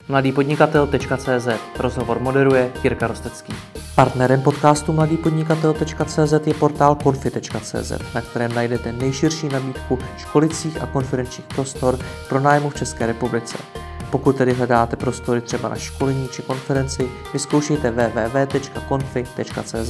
mladýpodnikatel.cz. Rozhovor moderuje Jirka Rostecký. Partnerem podcastu mladýpodnikatel.cz je portál konfi.cz, na kterém najdete nejširší nabídku školicích a konferenčních prostor pro nájmu v České republice. Pokud tedy hledáte prostory třeba na školení či konferenci, vyzkoušejte www.konfi.cz.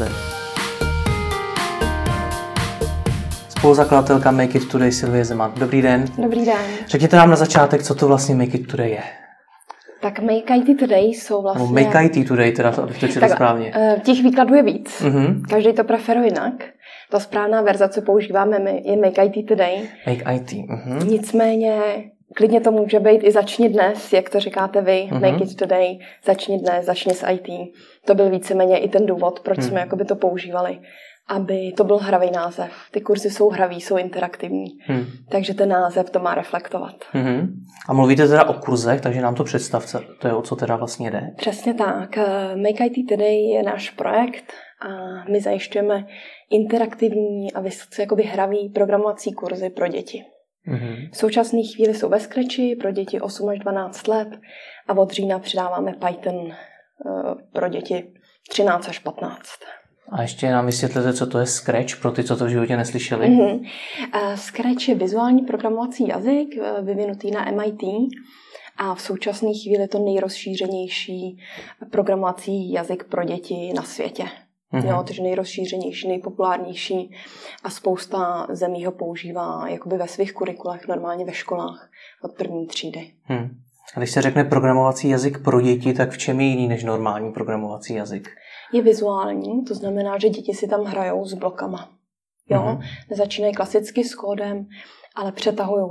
Spoluzakladatelka Make It Today Sylvie Zeman. Dobrý den. Dobrý den. Řekněte nám na začátek, co to vlastně Make It Today je. Tak Make IT Today jsou vlastně... No, Make IT Today, teda, abych to četl správně. Těch výkladů je víc. Každý to preferuje jinak. Ta správná verze, co používáme, je Make IT Today. Make IT. Nicméně, klidně to může být i začni dnes, jak to říkáte vy, Make It Today, začni dnes, začni s IT. To byl víceméně i ten důvod, proč jsme jakoby to používali. Aby to byl hravý název. Ty kurzy jsou hraví, jsou interaktivní. Takže ten název to má reflektovat. A mluvíte teda o kurzech, takže nám to představte, to je o co teda vlastně jde. Přesně tak. Make IT Today je náš projekt a my zajišťujeme interaktivní a vysoce jakoby hravý programovací kurzy pro děti. V současné chvíli jsou ve Scratchi pro děti 8 až 12 let a od října přidáváme Python pro děti 13 až 15. A ještě nám vysvětlete, co to je Scratch, pro ty, co to v životě neslyšeli. Scratch je vizuální programovací jazyk, vyvinutý na MIT a v současné chvíli je to nejrozšířenější programovací jazyk pro děti na světě. Jo, takže nejrozšířenější, nejpopulárnější a spousta zemí ho používá jakoby ve svých kurikulech, normálně ve školách od první třídy. A když se řekne programovací jazyk pro děti, tak v čem je jiný než normální programovací jazyk? Je vizuální, to znamená, že děti si tam hrajou s blokama. Jo? Nezačínají klasicky s kódem, ale přetahujou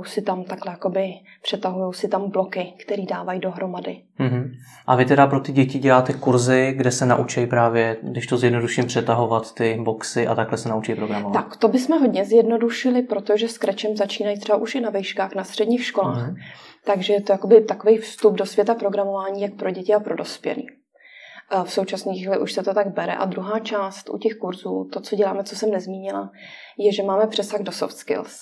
si tam bloky, které dávají dohromady. A vy teda pro ty děti děláte kurzy, kde se naučí právě, když to zjednoduším, přetahovat ty boxy a takhle se naučí programovat? Tak, to bychom hodně zjednodušili, protože s Scratchem začínají třeba už i na vejškách, na středních školách. Takže je to jakoby takový vstup do světa programování jak pro děti a pro dospělí. V současné chvíli už se to tak bere. A druhá část u těch kurzů, to, co děláme, co jsem nezmínila, je, že máme přesah do soft skills.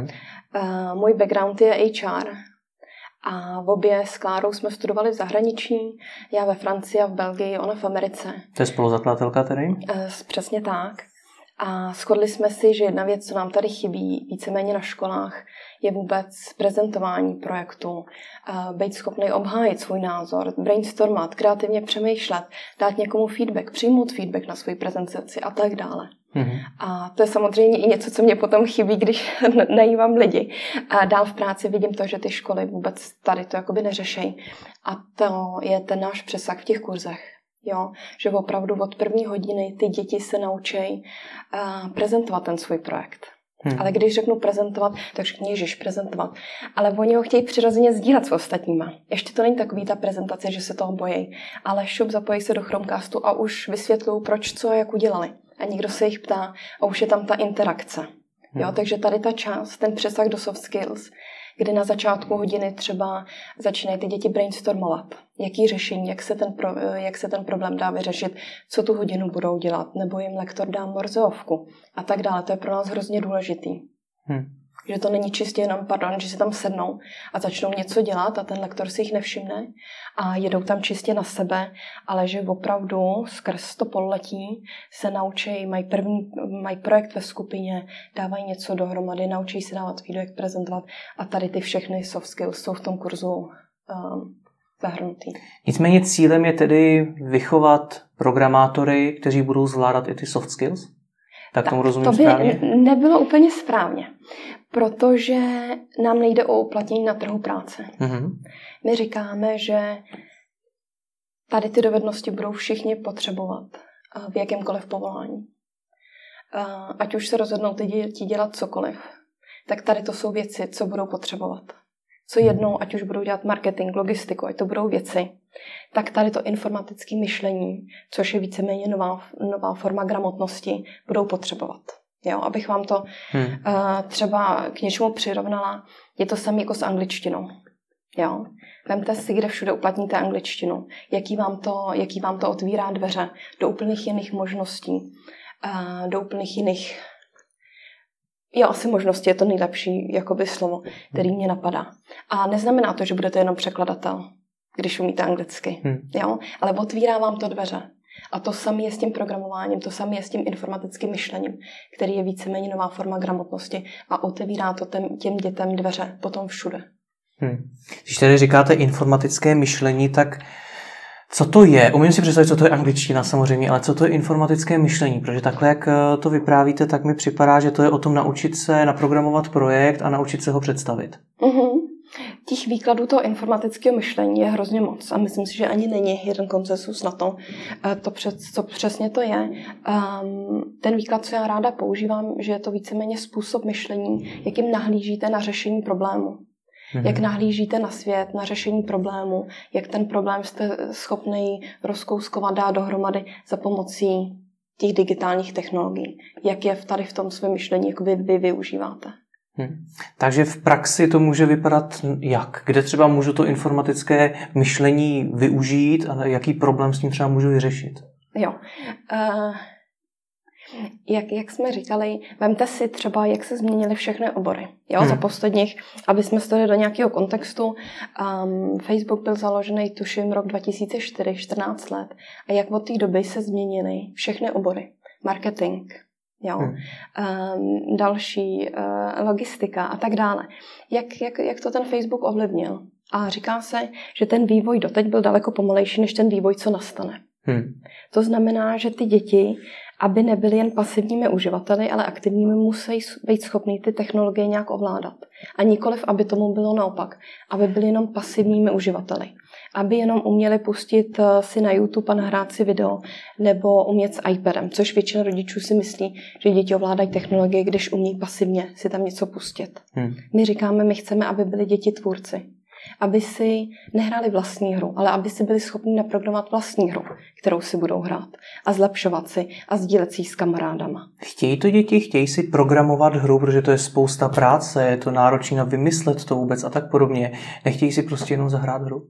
Můj background je HR a v obě s Klárou jsme studovali v zahraničí. Já ve Francii a v Belgii, ona v Americe. To je spoluzakladatelka tedy? Přesně tak. A shodli jsme si, že jedna věc, co nám tady chybí víceméně na školách, je vůbec prezentování projektu, být schopný obhájit svůj názor, brainstormat, kreativně přemýšlet, dát někomu feedback, přijmout feedback na svoji prezentaci a tak dále. A to je samozřejmě i něco, co mě potom chybí, když najímám lidi. A dál v práci vidím to, že ty školy vůbec tady to jakoby neřešejí. A to je ten náš přesah v těch kurzech. Jo, že opravdu od první hodiny ty děti se naučí prezentovat ten svůj projekt. Ale když řeknu prezentovat, tak řekni Ježiš prezentovat. Ale oni ho chtějí přirozeně sdílet s ostatníma. Ještě to není takový ta prezentace, že se toho bojí. Ale šup, zapojí se do Chromecastu a už vysvětlují, proč, co a jak udělali. A někdo se jich ptá a už je tam ta interakce. Jo, takže tady ta část, ten přesah do soft skills, kdy na začátku hodiny třeba začínají ty děti brainstormovat. Jaký řešení, jak se ten problém dá vyřešit, co tu hodinu budou dělat, nebo jim lektor dá morzeovku a tak dále. To je pro nás hrozně důležitý. Že to není čistě jenom, že si tam sednou a začnou něco dělat a ten lektor si jich nevšimne a jedou tam čistě na sebe, ale že opravdu skrz to pololetí se naučí, mají projekt ve skupině, dávají něco dohromady, naučí se dávat feedback, prezentovat a tady ty všechny soft skills jsou v tom kurzu zahrnutý. Nicméně cílem je tedy vychovat programátory, kteří budou zvládat i ty soft skills? Tak tomu rozumím správně? To by nebylo úplně správně, protože nám nejde o uplatnění na trhu práce. My říkáme, že tady ty dovednosti budou všichni potřebovat v jakémkoliv povolání. Ať už se rozhodnou ty děti dělat cokoliv, tak tady to jsou věci, co budou potřebovat. Co jednou, ať už budou dělat marketing, logistiku, ať to budou věci, tak tady to informatické myšlení, což je víceméně nová forma gramotnosti, budou potřebovat. Jo, abych vám to třeba k něčemu přirovnala, je to samé jako s angličtinou. Jo. Vemte si, kde všude uplatníte angličtinu, jaký vám to otvírá dveře do úplných jiných možností, do úplných jiných... asi možnosti je to nejlepší jakoby slovo, který mě napadá. A neznamená to, že budete jenom překladatel. když umíte anglicky. Jo? Ale otvírá vám to dveře. A to samé je s tím programováním, to samé je s tím informatickým myšlením, který je víceméně nová forma gramotnosti a otevírá to těm dětem dveře potom všude. Když tady říkáte informatické myšlení, tak co to je? Umím si představit, co to je angličtina samozřejmě, ale co to je informatické myšlení? Protože takhle, jak to vyprávíte, tak mi připadá, že to je o tom naučit se naprogramovat projekt a naučit se ho představit. Těch výkladů toho informatického myšlení je hrozně moc a myslím si, že ani není jeden konsensus na to, co přesně to je. Ten výklad, co já ráda používám, že je to víceméně způsob myšlení, jakým nahlížíte na řešení problému. Jak nahlížíte na svět, na řešení problému, jak ten problém jste schopný rozkouskovat, dát dohromady za pomocí těch digitálních technologií. Jak je tady v tom svém myšlení, jak vy využíváte. Takže v praxi to může vypadat jak? Kde třeba můžu to informatické myšlení využít a jaký problém s tím třeba můžu vyřešit? Jo. Jak jsme říkali, vemte si třeba, jak se změnily všechny obory. Jo, za posledních, aby jsme stali do nějakého kontextu. Facebook byl založený, tuším, rok 2004, 14 let. A jak od té doby se změnily všechny obory. Marketing, jo, další logistika a tak dále. Jak to ten Facebook ovlivnil? A říká se, že ten vývoj doteď byl daleko pomalejší, než ten vývoj, co nastane. To znamená, že ty děti, aby nebyly jen pasivními uživateli, ale aktivními, musí být schopní ty technologie nějak ovládat. A nikoliv, aby tomu bylo naopak. Aby byly jenom pasivními uživateli. Aby jenom uměli pustit si na YouTube a nahrát si video, nebo umět s iPadem, což většina rodičů si myslí, že děti ovládají technologie, když umí pasivně si tam něco pustit. My říkáme, my chceme, aby byli děti tvůrci. Aby si nehráli vlastní hru, ale aby si byli schopni naprogramovat vlastní hru, kterou si budou hrát a zlepšovat si a sdílet si s kamarádama. Chtějí to děti, chtějí si programovat hru, protože to je spousta práce, je to náročné na vymyslet to vůbec a tak podobně. Nechtějí si prostě jenom zahrát hru?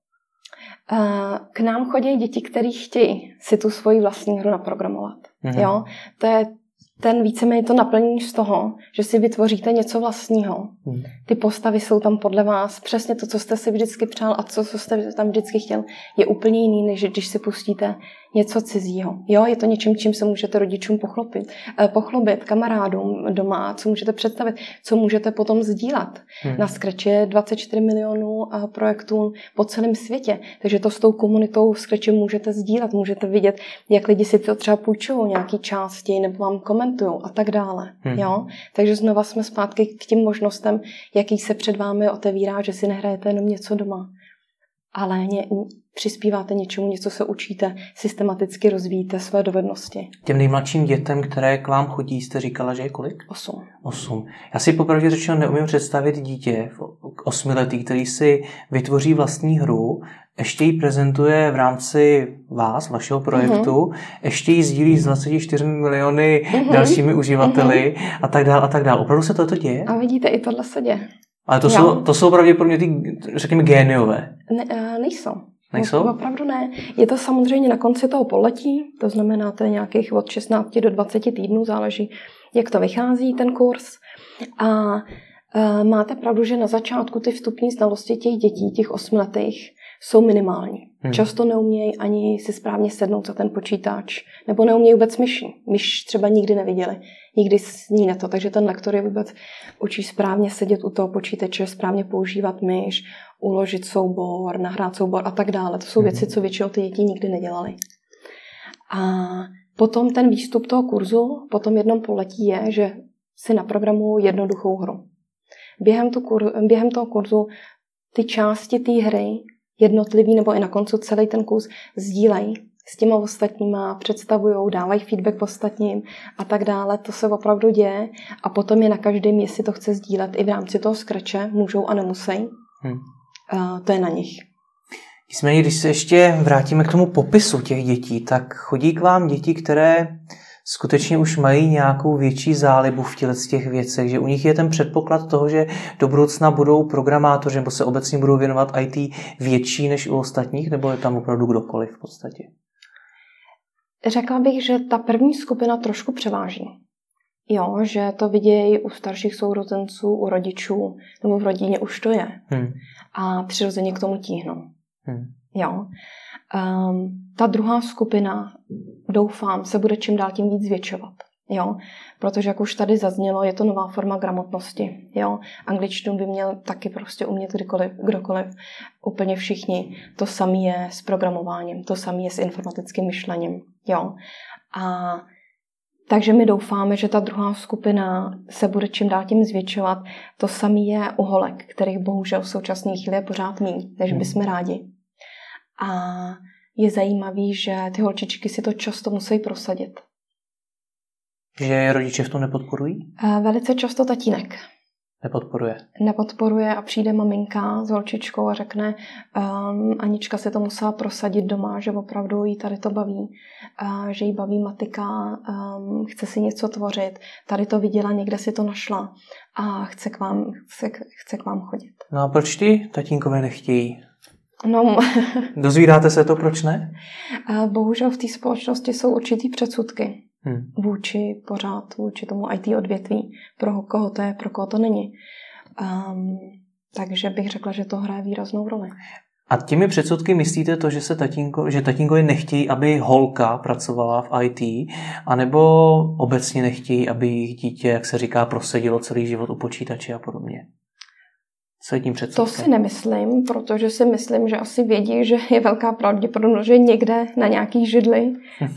K nám chodí děti, které chtějí si tu svoji vlastní hru naprogramovat. Jo? To je ten víceméně to naplnění z toho, že si vytvoříte něco vlastního. Ty postavy jsou tam podle vás. Přesně to, co jste si vždycky přál a co jste tam vždycky chtěl, je úplně jiný, než když si pustíte něco cizího. Jo, je to něčím, čím se můžete rodičům pochlubit, kamarádům doma, co můžete představit, co můžete potom sdílet. Na Scratchi je 24 milionů projektů po celém světě, takže to s tou komunitou Scratchi můžete sdílet, můžete vidět, jak lidi si to třeba půjčují nějaký části nebo vám komentují a tak dále. Jo? Takže znova jsme zpátky k těm možnostem, jaký se před vámi otevírá, že si nehrajete jenom něco doma, ale přispíváte něčemu, něco se učíte, systematicky rozvíjíte své dovednosti. Těm nejmladším dětem, které k vám chodí, jste říkala, že je kolik? 8. Já si popravdě řečeno neumím představit dítě 8letý, který si vytvoří vlastní hru, ještě ji prezentuje v rámci vašeho projektu, ještě ji sdílí s 24 miliony dalšími uživateli a tak dále a tak dále. Opravdu se toto děje? A vidíte, i tohle se děje. Ale to jsou pravděpodobně ty, řekněme, géniové. Nejsou. Nejsou? Opravdu ne. Je to samozřejmě na konci toho poletí, to znamená, to je nějakých od 16 do 20 týdnů, záleží, jak to vychází, ten kurz. A máte pravdu, že na začátku ty vstupní znalosti těch dětí, těch 8letých, jsou minimální. Často neumějí ani si správně sednout za ten počítač, nebo neumějí vůbec myši. Myš třeba nikdy neviděli, nikdy sní na to, takže ten lektor je vůbec učí správně sedět u toho počítače, správně používat myš, uložit soubor, nahrát soubor a tak dále. To jsou věci, co většinou ty děti nikdy nedělali. A potom ten výstup toho kurzu po tom jednom poletí je, že si naprogramují jednoduchou hru. Během toho kurzu ty části té hry jednotlivý nebo i na konci celý ten kurz sdílejí s těma ostatníma, představujou, dávají feedback ostatním a tak dále. To se opravdu děje a potom je na každém, jestli to chce sdílet i v rámci toho Scratche, můžou a nemusí. To je na nich. Nicméně, když se ještě vrátíme k tomu popisu těch dětí, tak chodí k vám děti, které skutečně už mají nějakou větší zálibu v těch věcech, že u nich je ten předpoklad toho, že do budoucna budou programátoři nebo se obecně budou věnovat IT větší než u ostatních, nebo je tam opravdu kdokoliv v podstatě? Řekla bych, že ta první skupina trošku převáží. Jo, že to vidějí u starších sourozenců, u rodičů, nebo v rodině už to je. A přirozeně k tomu tíhnou. Jo. Ta druhá skupina, doufám, se bude čím dál tím víc zvětšovat. Jo, protože jak už tady zaznělo, je to nová forma gramotnosti. Jo, angličtinu by měl taky prostě umět kdokoliv, úplně všichni. To samé je s programováním, to samé je s informatickým myšlením. Jo, a takže my doufáme, že ta druhá skupina se bude čím dál tím zvětšovat. To samé je u holek, kterých bohužel v současné chvíli je pořád míň, než bychom rádi. A je zajímavý, že ty holčičky si to často musí prosadit. Že rodiče v tom nepodporují? Velice často tatínek. Nepodporuje a přijde maminka s holčičkou a řekne, Anička si to musela prosadit doma, že opravdu jí tady to baví, že jí baví matika, chce si něco tvořit, tady to viděla, někde si to našla a chce k vám chodit. No a proč ty tatínkové nechtějí? No, dozvídáte se to, proč ne? Bohužel v té společnosti jsou určitý předsudky. Vůči tomu IT odvětví. Pro koho to je, pro koho to není. Takže bych řekla, že to hraje výraznou roli. A těmi předsudky myslíte to, že tatínkovi nechtějí, aby holka pracovala v IT, anebo obecně nechtějí, aby jejich dítě, jak se říká, prosedilo celý život u počítače a podobně? Co je tím předsudkem? To si nemyslím, protože si myslím, že asi vědí, že je velká pravděpodobnost, že někde na nějaký židli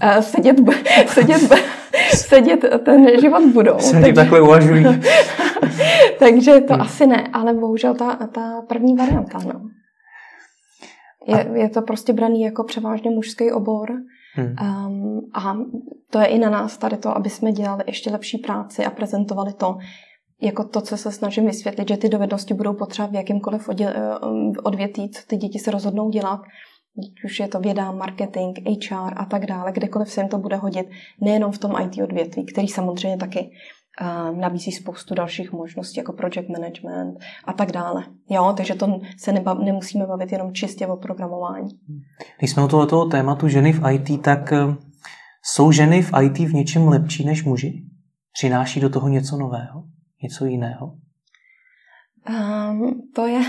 sedět ten život budou. Takže takhle uvažují. Takže to asi ne, ale bohužel ta první varianta. No. Je to prostě braný jako převážně mužský obor. A to je i na nás tady to, aby jsme dělali ještě lepší práci a prezentovali to, jako to, co se snažím vysvětlit, že ty dovednosti budou potřeba v jakýmkoliv odvětví, co ty děti se rozhodnou dělat, už je to věda, marketing, HR a tak dále, kdekoliv se jim to bude hodit, nejenom v tom IT odvětví, který samozřejmě taky nabízí spoustu dalších možností, jako project management a tak dále. Jo, takže to se nemusíme bavit jenom čistě o programování. Když jsme u tohoto tématu ženy v IT, tak jsou ženy v IT v něčem lepší než muži? Přináší do toho něco nového? Něco jiného? To je...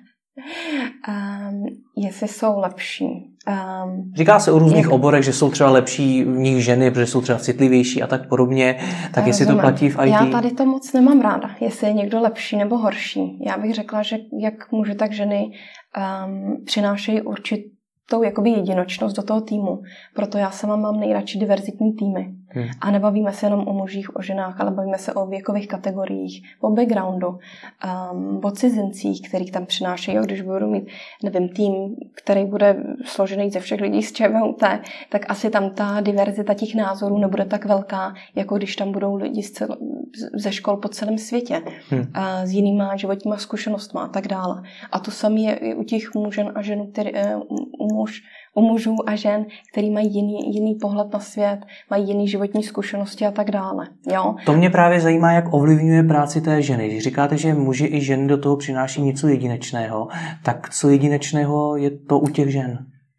jestli jsou lepší. Říká se o různých oborech, že jsou třeba lepší v nich ženy, protože jsou třeba citlivější a tak podobně. Tak jestli to platí v IT? Já tady to moc nemám ráda, jestli je někdo lepší nebo horší. Já bych řekla, že jak muži, tak ženy přinášejí určitou jakoby jedinočnost do toho týmu. Proto já sama mám nejradši diverzitní týmy. A nebavíme se jenom o mužích, o ženách, ale bavíme se o věkových kategoriích, o backgroundu, o cizincích, kterých tam přinášejí. Když budu mít, nevím, tým, který bude složený ze všech lidí z ČVUT, tak asi tam ta diverzita těch názorů nebude tak velká, jako když tam budou lidi ze škol po celém světě, s jinýma životníma zkušenostmi a tak dále. A to samé je i u těch mužen a žen, u mužů a žen, který mají jiný pohled na svět, mají jiný životní zkušenosti a tak dále. Jo? To mě právě zajímá, jak ovlivňuje práci té ženy. Když říkáte, že muži i ženy do toho přináší něco jedinečného, tak co jedinečného je to u těch žen?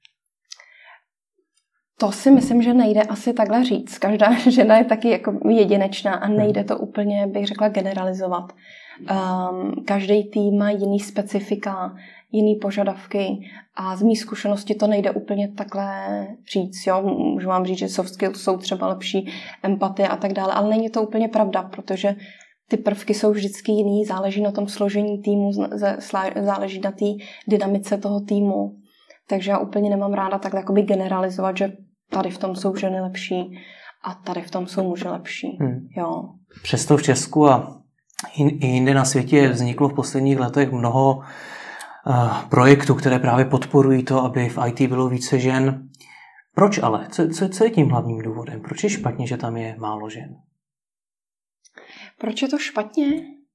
To si myslím, že nejde asi takhle říct. Každá žena je taky jako jedinečná a nejde to úplně, bych řekla, generalizovat. Každý tým má jiný specifika, jiný požadavky a z mý zkušenosti to nejde úplně takhle říct. Jo? Můžu vám říct, že soft skills jsou třeba lepší, empatie a tak dále, ale není to úplně pravda, protože ty prvky jsou vždycky jiný, záleží na tom složení týmu, záleží na té dynamice toho týmu. Takže já úplně nemám ráda takhle jakoby generalizovat, že tady v tom jsou ženy lepší a tady v tom jsou muži lepší. Jo. Přesto v Česku a i jinde na světě vzniklo v posledních letech mnoho projektů, které právě podporují to, aby v IT bylo více žen. Proč ale? Co je tím hlavním důvodem? Proč je špatně, že tam je málo žen? Proč je to špatně?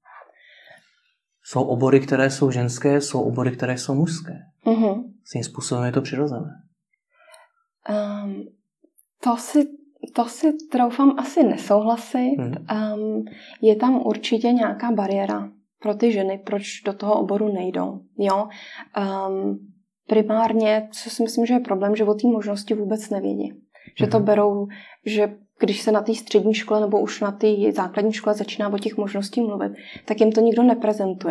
Jsou obory, které jsou ženské, jsou obory, které jsou mužské. Svým způsobem je to přirozené. To si troufám asi nesouhlasit. Je tam určitě nějaká bariéra pro ty ženy, proč do toho oboru nejdou. Jo? Primárně, co si myslím, že je problém, že o té možnosti vůbec nevědí. Že to berou, že když se na té střední škole nebo už na té základní škole začíná o těch možností mluvit, tak jim to nikdo neprezentuje.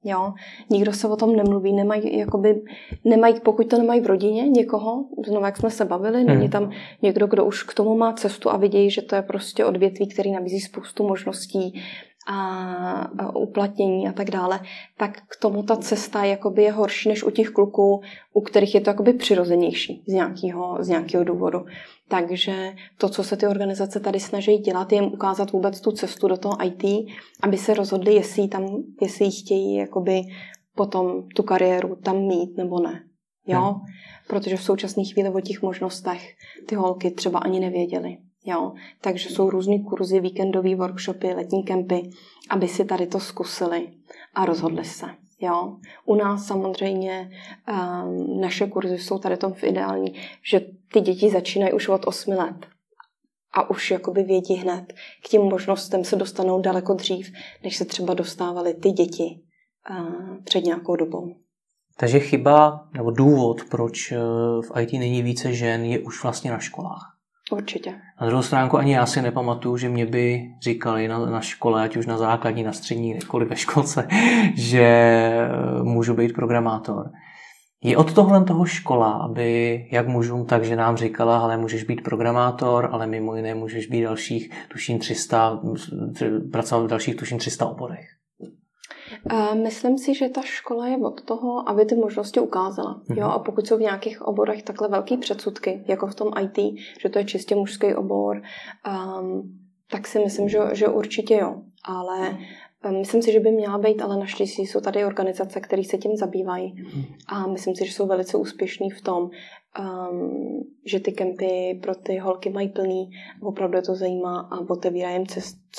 Jo, nikdo se o tom nemluví, nemají, pokud to nemají v rodině někoho, znovu jak jsme se bavili, není tam někdo, kdo už k tomu má cestu a vidějí, že to je prostě odvětví, který nabízí spoustu možností a uplatnění a tak dále, tak k tomu ta cesta je horší než u těch kluků, u kterých je to přirozenější z nějakého důvodu. Takže to, co se ty organizace tady snaží dělat, je jim ukázat vůbec tu cestu do toho IT, aby se rozhodli, jestli chtějí potom tu kariéru tam mít nebo ne. Jo? Protože v současné chvíli o těch možnostech ty holky třeba ani nevěděly. Jo? Takže jsou různý kurzy, víkendové workshopy, letní kempy, aby si tady to zkusili a rozhodli se. Jo? U nás samozřejmě naše kurzy jsou tady tom ideální, že ty děti začínají už od 8 let a už vědí hned. K těm možnostem se dostanou daleko dřív, než se třeba dostávaly ty děti před nějakou dobou. Takže chyba nebo důvod, proč v IT není více žen, je už vlastně na školách. Určitě. Na druhou stránku ani já si nepamatuju, že mě by říkali na škole, ať už na základní, na střední, jakkoliv ve školce, že můžu být programátor. Je od toho škola, aby jak mužům, tak ženám říkala, ale můžeš být programátor, ale mimo jiné můžeš být pracovat v dalších 300 oborech. Myslím si, že ta škola je od toho, aby ty možnosti ukázala. Jo? A pokud jsou v nějakých oborech takhle velký předsudky, jako v tom IT, že to je čistě mužský obor, tak si myslím, že určitě jo. Ale myslím si, že by měla být, ale naštěstí jsou tady organizace, které se tím zabývají. A myslím si, že jsou velice úspěšní v tom, že ty kempy pro ty holky mají plný, opravdu je to zajímá a otevírají jim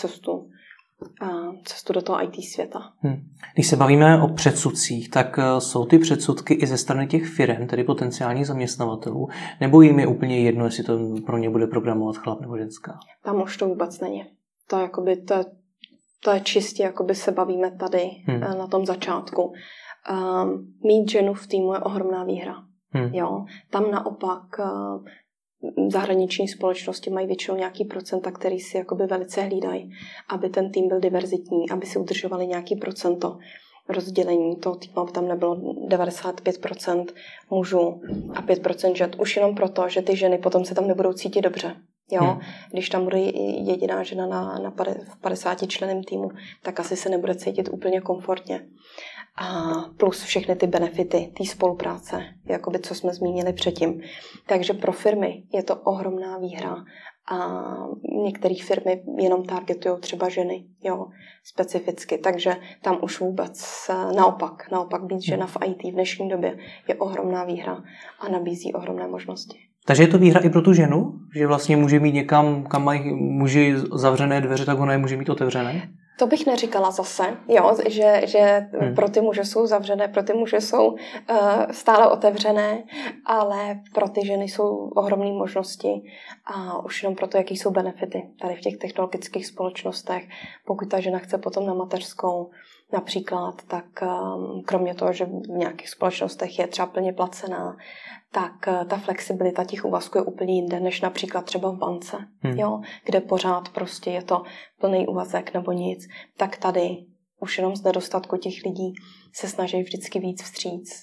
cestu do toho IT světa. Když se bavíme o předsudcích, tak jsou ty předsudky i ze strany těch firem, tedy potenciálních zaměstnavatelů, nebo jim je úplně jedno, jestli to pro ně bude programovat chlap nebo ženská? Tam už to vůbec není. To je čistě, se bavíme tady na tom začátku. Mít ženu v týmu je ohromná výhra. Jo? Tam naopak zahraniční společnosti mají většinou nějaký procenta, který si velice hlídají, aby ten tým byl diverzitní, aby si udržovali nějaký procento rozdělení toho týmu, aby tam nebylo 95% mužů a 5% žen. Už jenom proto, že ty ženy potom se tam nebudou cítit dobře. Jo? Když tam bude jediná žena v 50 členém týmu, tak asi se nebude cítit úplně komfortně. A plus všechny ty benefity, té spolupráce, co jsme zmínili předtím. Takže pro firmy je to ohromná výhra. A některé firmy jenom targetují třeba ženy, jo, specificky. Takže tam už vůbec naopak být žena v IT v dnešní době je ohromná výhra a nabízí ohromné možnosti. Takže je to výhra i pro tu ženu? Že vlastně může mít někam, kam mají muži zavřené dveře, tak ona je může mít otevřené? To bych neříkala zase, jo, že pro ty muže jsou zavřené, pro ty muže jsou stále otevřené, ale pro ty ženy jsou ohromné možnosti a už jenom proto, jaký jsou benefity tady v těch technologických společnostech. Pokud ta žena chce potom na mateřskou například, tak kromě toho, že v nějakých společnostech je třeba plně placená, tak ta flexibilita těch úvazků je úplně jinde, než například třeba v bance, jo, kde pořád prostě je to plný úvazek nebo nic, tak tady už jenom z nedostatku těch lidí se snaží vždycky víc vstříc.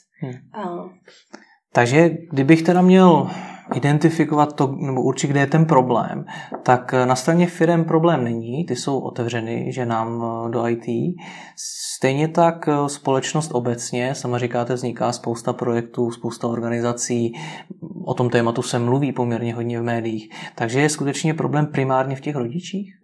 Takže kdybych teda měl identifikovat to, nebo určit, kde je ten problém, tak na straně firem problém není, ty jsou otevřeny ženám do IT. Stejně tak společnost obecně, sama říkáte, vzniká spousta projektů, spousta organizací, o tom tématu se mluví poměrně hodně v médiích. Takže je skutečně problém primárně v těch rodičích?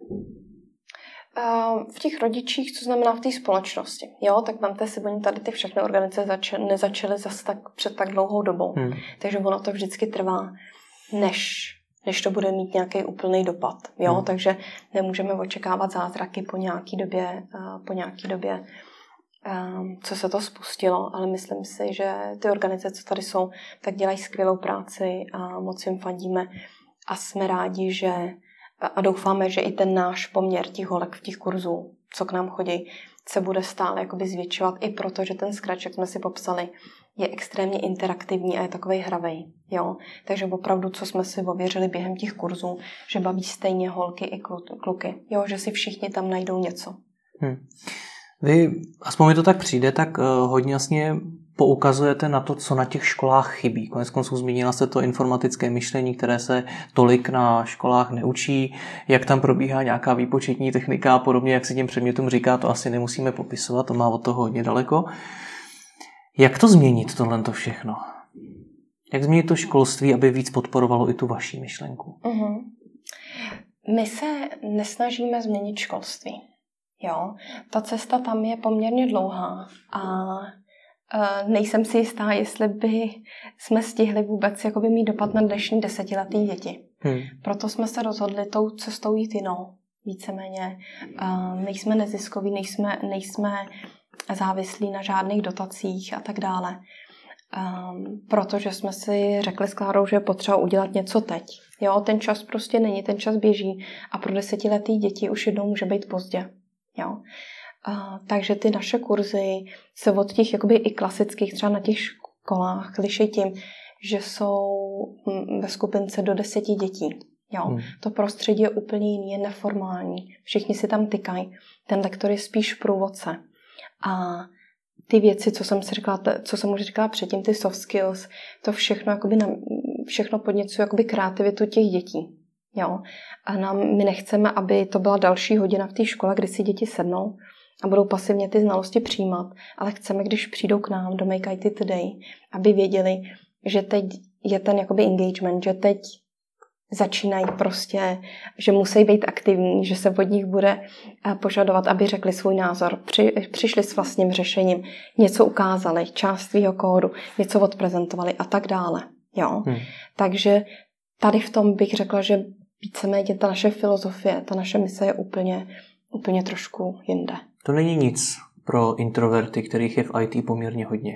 V těch rodičích, co znamená v té společnosti. Jo, tak vemte si, oni tady ty všechny organizace nezačaly zase tak před tak dlouhou dobou. Takže ono to vždycky trvá, než to bude mít nějaký úplný dopad. Jo, takže nemůžeme očekávat zázraky po nějaký době, co se to spustilo, ale myslím si, že ty organizace, co tady jsou, tak dělají skvělou práci a moc jim fandíme a jsme rádi, že a doufáme, že i ten náš poměr těch holek v těch kurzů, co k nám chodí, se bude stále zvětšovat i proto, že ten Scratch, jak jsme si popsali, je extrémně interaktivní a je takovej hravej. Jo? Takže opravdu, co jsme si ověřili během těch kurzů, že baví stejně holky i kluky. Jo? Že si všichni tam najdou něco. Vy, aspoň mi to tak přijde, tak hodně jasně poukazujete na to, co na těch školách chybí. Koneckonců zmínila se to informatické myšlení, které se tolik na školách neučí, jak tam probíhá nějaká výpočetní technika a podobně, jak se těm předmětům říká, to asi nemusíme popisovat, to má od toho hodně daleko. Jak to změnit, tohleto všechno? Jak změnit to školství, aby víc podporovalo i tu vaši myšlenku? My se nesnažíme změnit školství. Jo, ta cesta tam je poměrně dlouhá a nejsem si jistá, jestli by jsme stihli vůbec jakoby mít dopad na dnešní 10letý děti. Proto jsme se rozhodli tou cestou jít jinou. Víceméně nejsme neziskoví, nejsme závislí na žádných dotacích a tak dále. Protože jsme si řekli s Klárou, že je potřeba udělat něco teď. Jo, ten čas prostě není, ten čas běží a pro 10letý děti už jednou může být pozdě. Jo. Takže ty naše kurzy se od těch jakoby i klasických, třeba na těch školách, liší tím, že jsou ve skupince do 10 dětí. Jo. To prostředí je úplně jiný, je neformální. Všichni si tam tykají. Ten lektor je spíš průvodce. A ty věci, co jsem už říkala předtím, ty soft skills, to všechno, všechno podněcuje jakoby kreativitu těch dětí. Jo. A my nechceme, aby to byla další hodina v té škole, kdy si děti sednou a budou pasivně ty znalosti přijímat, ale chceme, když přijdou k nám do Make IT Today, aby věděli, že teď je ten jakoby engagement, že teď začínají prostě, že musí být aktivní, že se od nich bude požadovat, aby řekli svůj názor, přišli s vlastním řešením, něco ukázali, část svýho kódu, něco odprezentovali a tak dále. Jo? Takže tady v tom bych řekla, že víceméně ta naše filozofie, ta naše mise je úplně trošku jinde. To není nic pro introverty, kterých je v IT poměrně hodně.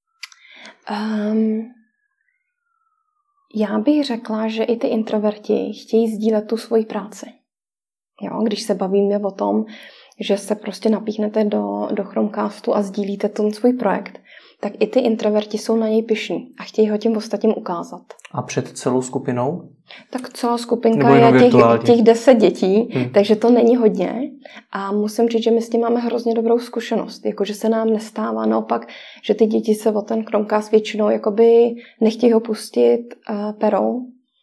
Já bych řekla, že i ty introverti chtějí sdílet tu svoji práci. Jo, když se bavíme o tom, že se prostě napíchnete do Chromecastu a sdílíte ten svůj projekt, tak i ty introverti jsou na něj pyšní a chtějí ho těm ostatním ukázat. A před celou skupinou? Tak celá skupinka je těch 10 dětí, takže to není hodně. A musím říct, že my s tím máme hrozně dobrou zkušenost. Jakože se nám nestává naopak, že ty děti se o ten Chromecast většinou jakoby nechtějí ho pustit perou.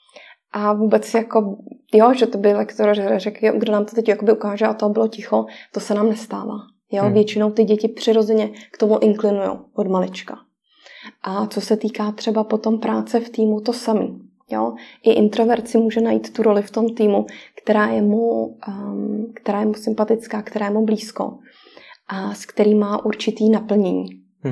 A vůbec že to by lektor řekl, kdo nám to teď jakoby ukáže a to bylo ticho, to se nám nestává. Jo, většinou ty děti přirozeně k tomu inklinujou od malička. A co se týká třeba potom práce v týmu, to samý. Jo? I introvert si může najít tu roli v tom týmu, která je mu sympatická, která je mu blízko a s kterým má určitý naplnění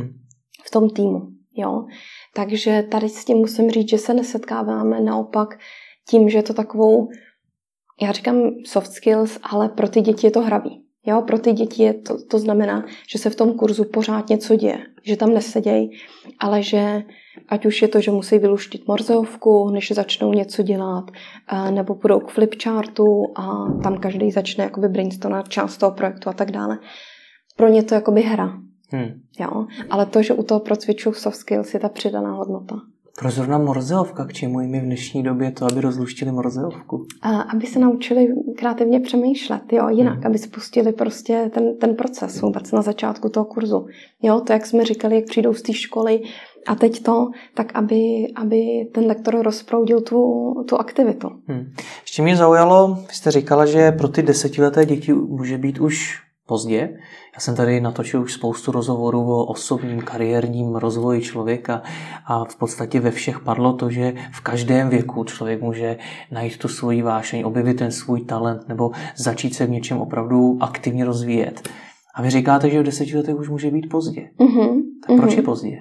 v tom týmu. Jo? Takže tady s tím musím říct, že se nesetkáváme naopak tím, že je to takovou, já říkám soft skills, ale pro ty děti je to hravý. Jo, pro ty děti to znamená, že se v tom kurzu pořád něco děje, že tam nesedějí, ale že ať už je to, že musí vyluštit morzeovku, než začnou něco dělat, nebo půjdou k flipchartu a tam každý začne jakoby brainstormovat část toho projektu a tak dále. Pro ně to jakoby hra. Jo, ale to, že u toho procvičují soft skills, je ta přidaná hodnota. Proč zrovna morzeovka? K čemu jim je v dnešní době to, aby rozluštili morzeovku? Aby se naučili kreativně přemýšlet, jo, jinak, aby spustili prostě ten proces vůbec na začátku toho kurzu. Jo, to, jak jsme říkali, jak přijdou z té školy a teď to, tak aby ten lektor rozproudil tu aktivitu. Ještě mě zaujalo, vy jste říkala, že pro ty 10leté děti může být už pozdě. Já jsem tady natočil už spoustu rozhovorů o osobním kariérním rozvoji člověka a v podstatě ve všech padlo to, že v každém věku člověk může najít tu svoji vášeň, objevit ten svůj talent nebo začít se v něčem opravdu aktivně rozvíjet. A vy říkáte, že v 10 letech už může být pozdě. Tak proč je pozdě?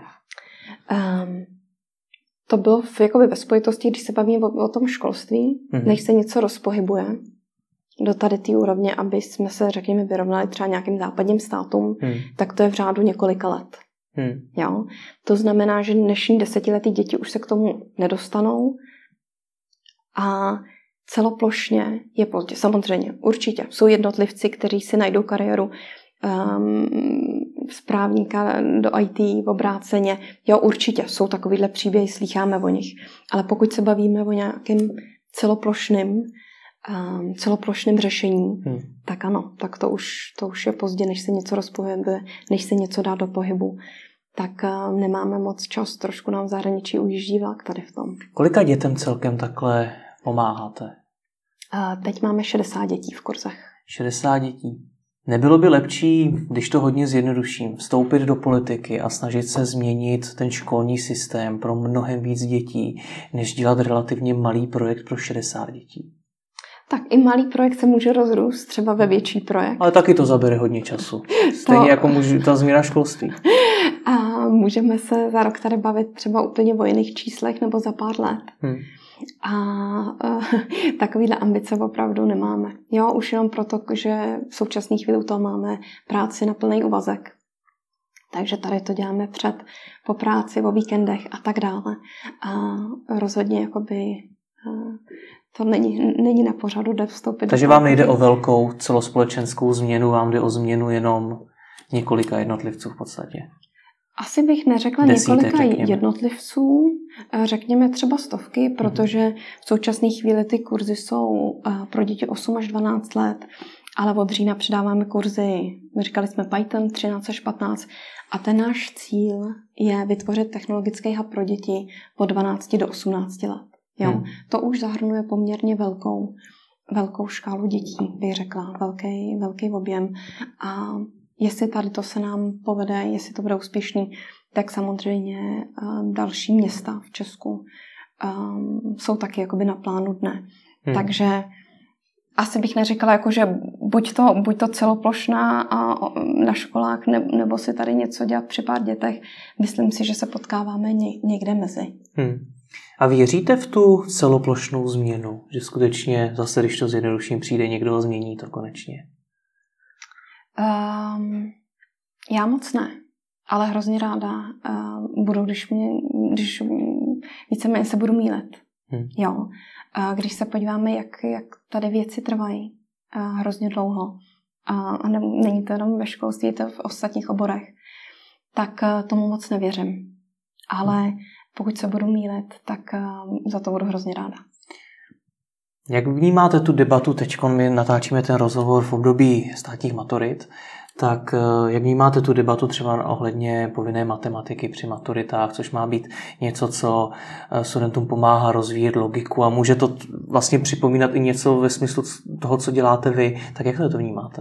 To bylo ve spojitosti, když se bavíme o tom školství, než se něco rozpohybuje do tady té úrovně, aby jsme se, řekněme, vyrovnali třeba nějakým západním státům, tak to je v řádu několika let. Jo? To znamená, že dnešní 10letý děti už se k tomu nedostanou a celoplošně je pozdě. Samozřejmě, určitě. Jsou jednotlivci, kteří si najdou kariéru správníka do IT, obráceně. Jo, určitě. Jsou takovýhle příběhy, slýcháme o nich. Ale pokud se bavíme o nějakém celoplošném celoplošným řešení, tak ano, tak to už je pozdě, než se něco rozpohybuje, než se něco dá do pohybu, tak nemáme moc čas, trošku nám v zahraničí ujíždí vlak tady v tom. Kolika dětem celkem takhle pomáháte? Teď máme 60 dětí v kurzech. 60 dětí. Nebylo by lepší, když to hodně zjednoduším, vstoupit do politiky a snažit se změnit ten školní systém pro mnohem víc dětí, než dělat relativně malý projekt pro 60 dětí? Tak i malý projekt se může rozrůst třeba ve větší projekt. Ale taky to zabere hodně času. Stejně jako ta změna školství. A můžeme se za rok tady bavit třeba úplně o jiných číslech nebo za pár let. A takovýhle ambice opravdu nemáme. Jo, už jenom proto, že v současné chvíli u toho máme práci na plný úvazek. Takže tady to děláme po práci, o víkendech a tak dále. A rozhodně jakoby to není na pořadu, jde vstoupit. Takže vám nejde o velkou celospolečenskou změnu, vám jde o změnu jenom několika jednotlivců v podstatě. Asi bych neřekla několika jednotlivců, řekněme třeba stovky, protože v současné chvíli ty kurzy jsou pro děti 8 až 12 let, ale od října přidáváme kurzy, říkali jsme Python 13 až 15 a ten náš cíl je vytvořit technologický hub pro děti od 12 do 18 let. Jo? To už zahrnuje poměrně velkou škálu dětí, bych řekla, velký objem a jestli tady to se nám povede, jestli to bude úspěšný, tak samozřejmě další města v Česku jsou taky jakoby na plánu dne. Takže asi bych neříkala, jako, že buď to celoplošná a na školách, nebo si tady něco dělat při pár dětech. Myslím si, že se potkáváme někde mezi. A věříte v tu celoplošnou změnu? Že skutečně zase, když to zjednoduším, přijde někdo a změní to konečně? Já moc ne, ale hrozně ráda budu, když víceméně se budu mýlit. Jo. Když se podíváme, jak tady věci trvají hrozně dlouho, a není to jenom ve školství, je to v ostatních oborech, tak tomu moc nevěřím. Ale pokud se budu mýlit, tak za to budu hrozně ráda. Jak vnímáte tu debatu teď? My natáčíme ten rozhovor v období státních maturit, tak jak vnímáte tu debatu třeba ohledně povinné matematiky při maturitách, což má být něco, co studentům pomáhá rozvíjet logiku a může to vlastně připomínat i něco ve smyslu toho, co děláte vy, tak jak to vnímáte?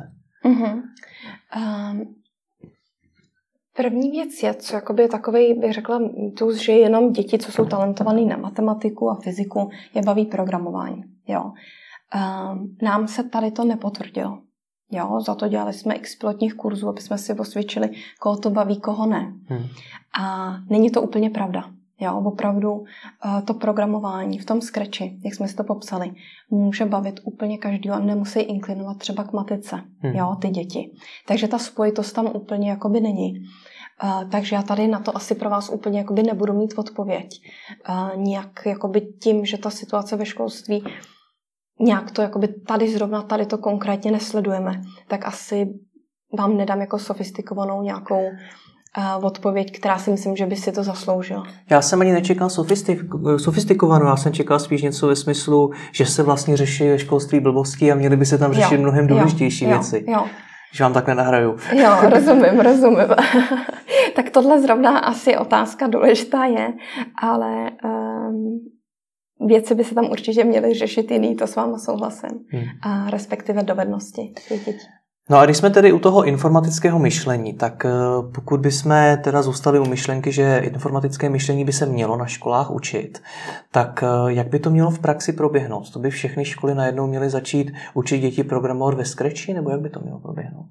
První věc je, co jakoby takovej, bych řekla, že jenom děti, co jsou talentovaný na matematiku a fyziku, je baví programování. Jo. Nám se tady to nepotvrdilo. Jo, za to dělali jsme x pilotních kurzů, aby jsme si osvědčili, koho to baví, koho ne. A není to úplně pravda. Jo, opravdu to programování v tom Scratchi, jak jsme si to popsali, může bavit úplně každý a nemusí inklinovat třeba k matice, jo, ty děti. Takže ta spojitost tam úplně jakoby není. Takže já tady na to asi pro vás úplně jakoby nebudu mít odpověď. Nějak jakoby tím, že ta situace ve školství nějak to jakoby tady to konkrétně nesledujeme, tak asi vám nedám jako sofistikovanou nějakou odpověď, která si myslím, že by si to zasloužila. Já jsem ani nečekal sofistikovanou, já jsem čekal spíš něco ve smyslu, že se vlastně řeší ve školství blbosti a měly by se tam řešit mnohem důležitější věci. Jo. Že vám takhle nahraju. Jo, rozumím. Tak tohle zrovna asi otázka důležitá je, ale věci by se tam určitě měly řešit jiný, to s váma souhlasím. A respektive dovednosti dětí. No a když jsme tedy u toho informatického myšlení, tak pokud bychom teda zůstali u myšlenky, že informatické myšlení by se mělo na školách učit, tak jak by to mělo v praxi proběhnout? To by všechny školy najednou měly začít učit děti programovat ve Scratchi, nebo jak by to mělo proběhnout?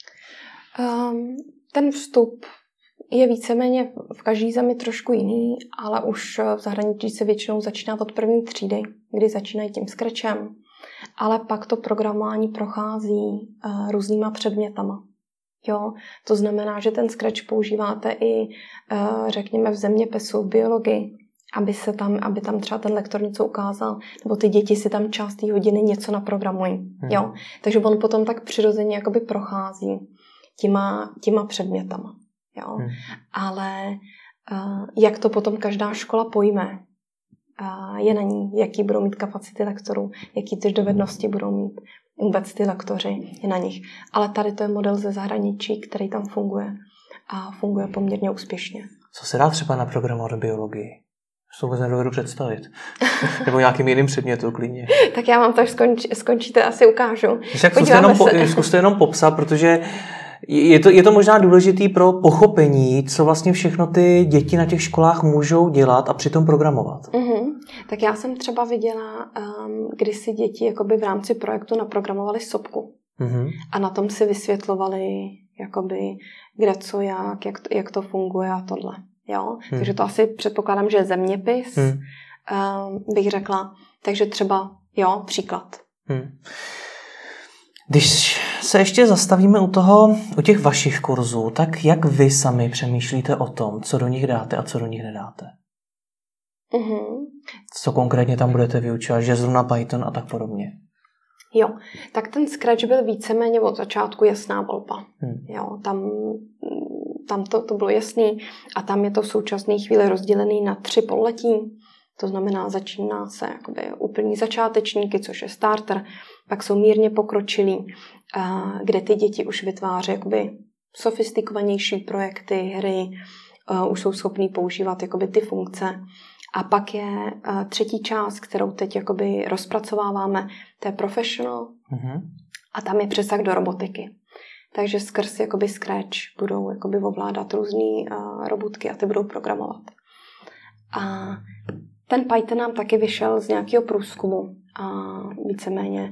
Ten vstup je víceméně v každé zemi trošku jiný, ale už v zahraničí se většinou začíná od první třídy, kdy začínají tím Scratchem. Ale pak to programování prochází různýma předmětama. Jo? To znamená, že ten Scratch používáte i, řekněme, v zeměpisu, v biologii, aby tam třeba ten lektor něco ukázal, nebo ty děti si tam část té hodiny něco naprogramují. Jo? Takže on potom tak přirozeně jakoby prochází těma předmětama. Jo? Ale jak to potom každá škola pojme, je na ní, jaký budou mít kapacity lektorů, jaký ty dovednosti budou mít vůbec ty lektoři, je na nich. Ale tady to je model ze zahraničí, který tam funguje a funguje poměrně úspěšně. Co se dá třeba naprogramovat v biologii? To vůbec nedovedu představit. Nebo nějakým jiným předmětu klidně. Tak já vám to, až skončíte, asi ukážu. Zkuste jenom popsat, protože je to možná důležitý pro pochopení, co vlastně všechno ty děti na těch školách můžou dělat a přitom programovat. Tak já jsem třeba viděla, kdy si děti jakoby v rámci projektu naprogramovali sopku. A na tom si vysvětlovali, jakoby, kde co, jak to funguje a tohle. Jo? Takže to asi předpokládám, že je zeměpis, bych řekla. Takže třeba, příklad. Když se ještě zastavíme u těch vašich kurzů, tak jak vy sami přemýšlíte o tom, co do nich dáte a co do nich nedáte? Co konkrétně tam budete vyučovat, že zrovna Python a tak podobně? Jo, tak ten Scratch byl víceméně od začátku jasná volba. Jo, tam to bylo jasný a tam je to v současné chvíli rozdělený na 3 pololetí. To znamená, začíná se jakoby úplní začátečníky, což je starter, pak jsou mírně pokročilí, kde ty děti už vytváří jakoby sofistikovanější projekty, hry, už jsou schopní používat jakoby ty funkce. A pak je 3. část, kterou teď jakoby rozpracováváme, to je professional a tam je přesah do robotiky. Takže skrz jakoby Scratch budou jakoby ovládat různý robotky a ty budou programovat. A ten Python nám taky vyšel z nějakého průzkumu a víceméně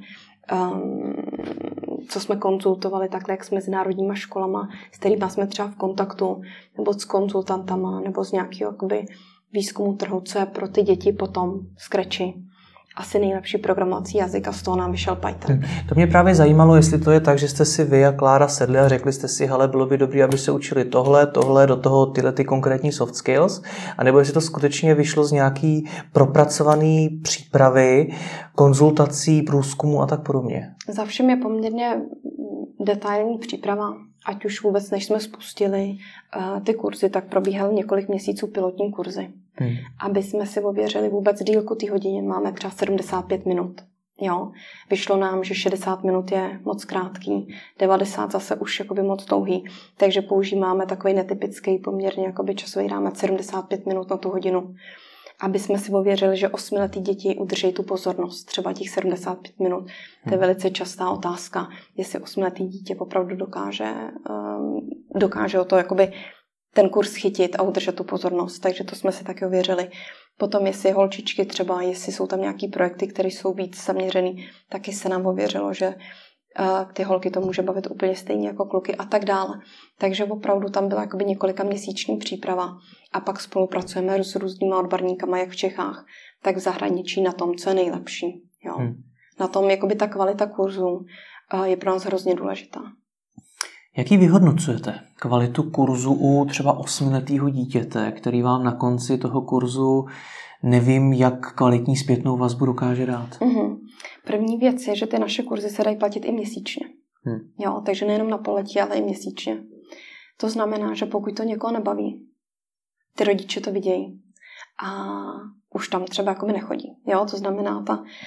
co jsme konzultovali takhle s mezinárodníma školama, s kterými jsme třeba v kontaktu, nebo s konzultantama, nebo z nějakého jakoby výzkumu trhu, co je pro ty děti potom Scratchi asi nejlepší programovací jazyk a z toho nám vyšel Python. To mě právě zajímalo, jestli to je tak, že jste si vy a Klára sedli a řekli jste si, hele, bylo by dobré, aby se učili tohle, do toho tyhle ty konkrétní soft skills, anebo jestli to skutečně vyšlo z nějaký propracovaný přípravy, konzultací, průzkumu a tak podobně. Za všem je poměrně detailní příprava, ať už vůbec, než jsme spustili ty kurzy, tak probíhaly několik měsíců pilotní kurzy. Aby jsme si ověřili vůbec dílku té hodiny. Máme třeba 75 minut. Jo. Vyšlo nám, že 60 minut je moc krátký, 90 zase už jakoby moc dlouhý. Takže používáme takový netypický poměrně jakoby časový rámec 75 minut na tu hodinu. Aby jsme si ověřili, že 8letý děti udrží tu pozornost, třeba těch 75 minut. To je velice častá otázka, jestli 8letý dítě opravdu dokáže o to jakoby ten kurz chytit a udržet tu pozornost. Takže to jsme si taky ověřili. Potom, jestli holčičky třeba, jestli jsou tam nějaký projekty, které jsou víc zaměřený, taky se nám ověřilo, že ty holky to může bavit úplně stejně jako kluky a tak dále. Takže opravdu tam byla jakoby několika měsíční příprava a pak spolupracujeme s různýma odborníkama, jak v Čechách, tak v zahraničí na tom, co je nejlepší. Jo. Na tom jakoby ta kvalita kurzu je pro nás hrozně důležitá. Jaký vyhodnocujete kvalitu kurzu u třeba 8letého dítěte, který vám na konci toho kurzu nevím, jak kvalitní zpětnou vazbu dokáže dát? První věc je, že ty naše kurzy se dají platit i měsíčně. Jo, takže nejenom na pololetí, ale i měsíčně. To znamená, že pokud to někoho nebaví, ty rodiče to vidějí a už tam třeba jakoby nechodí. Jo, to znamená,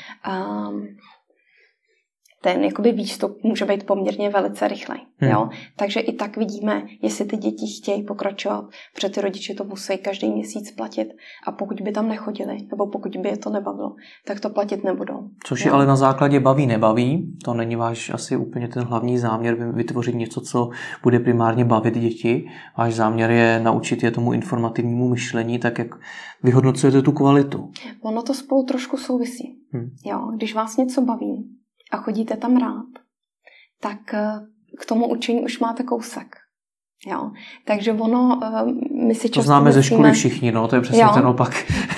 ten jakoby výstup může být poměrně velice rychlej. Jo? Takže i tak vidíme, jestli ty děti chtějí pokračovat, protože ty rodiče to musí každý měsíc platit a pokud by tam nechodili, nebo pokud by je to nebavilo, tak to platit nebudou. Což je ale na základě baví, nebaví. To není váš asi úplně ten hlavní záměr vytvořit něco, co bude primárně bavit děti. Váš záměr je naučit je tomu informativnímu myšlení, tak jak vyhodnocujete tu kvalitu. Ono to spolu trošku souvisí. Jo? Když vás něco baví, a chodíte tam rád, tak k tomu učení už máte kousek. Jo. Takže ono, my si často to známe ze školy všichni, no, to je přesně ten opak.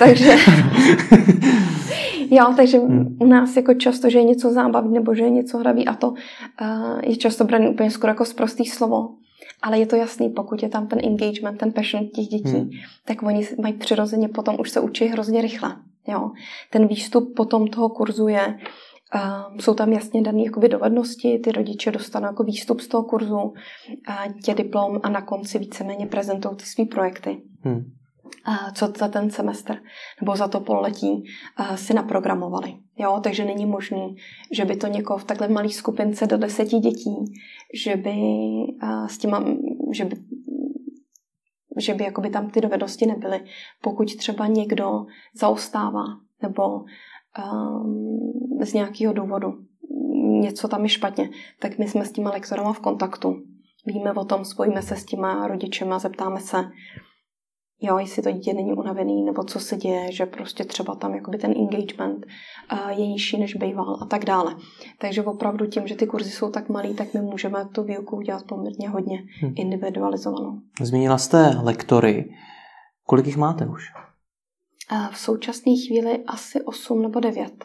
Takže u nás jako často, že je něco zábavný nebo že je něco hravý a to je často braný úplně skoro jako sprostý slovo. Ale je to jasný, pokud je tam ten engagement, ten passion těch dětí, tak oni mají přirozeně potom už se učí hrozně rychle. Jo. Ten výstup potom toho kurzu je jsou tam jasně dané jakoby dovednosti, ty rodiče dostanou jako výstup z toho kurzu, tě diplom a na konci víceméně prezentují ty svý projekty. co za ten semestr nebo za to pololetí si naprogramovali. Jo? Takže není možný, že by to někoho v takhle malé skupince do 10 dětí, že by jakoby tam ty dovednosti nebyly. Pokud třeba někdo zaostává nebo z nějakého důvodu něco tam je špatně, tak my jsme s těma lektorama v kontaktu. Víme o tom, spojíme se s těma rodičema, zeptáme se, jo, jestli to dítě není unavený, nebo co se děje, že prostě třeba tam jakoby ten engagement je nižší, než býval a tak dále. Takže opravdu tím, že ty kurzy jsou tak malý, tak my můžeme tu výuku udělat poměrně hodně individualizovanou. Zmínila jste lektory. Kolik jich máte už? V současné chvíli asi 8 nebo 9.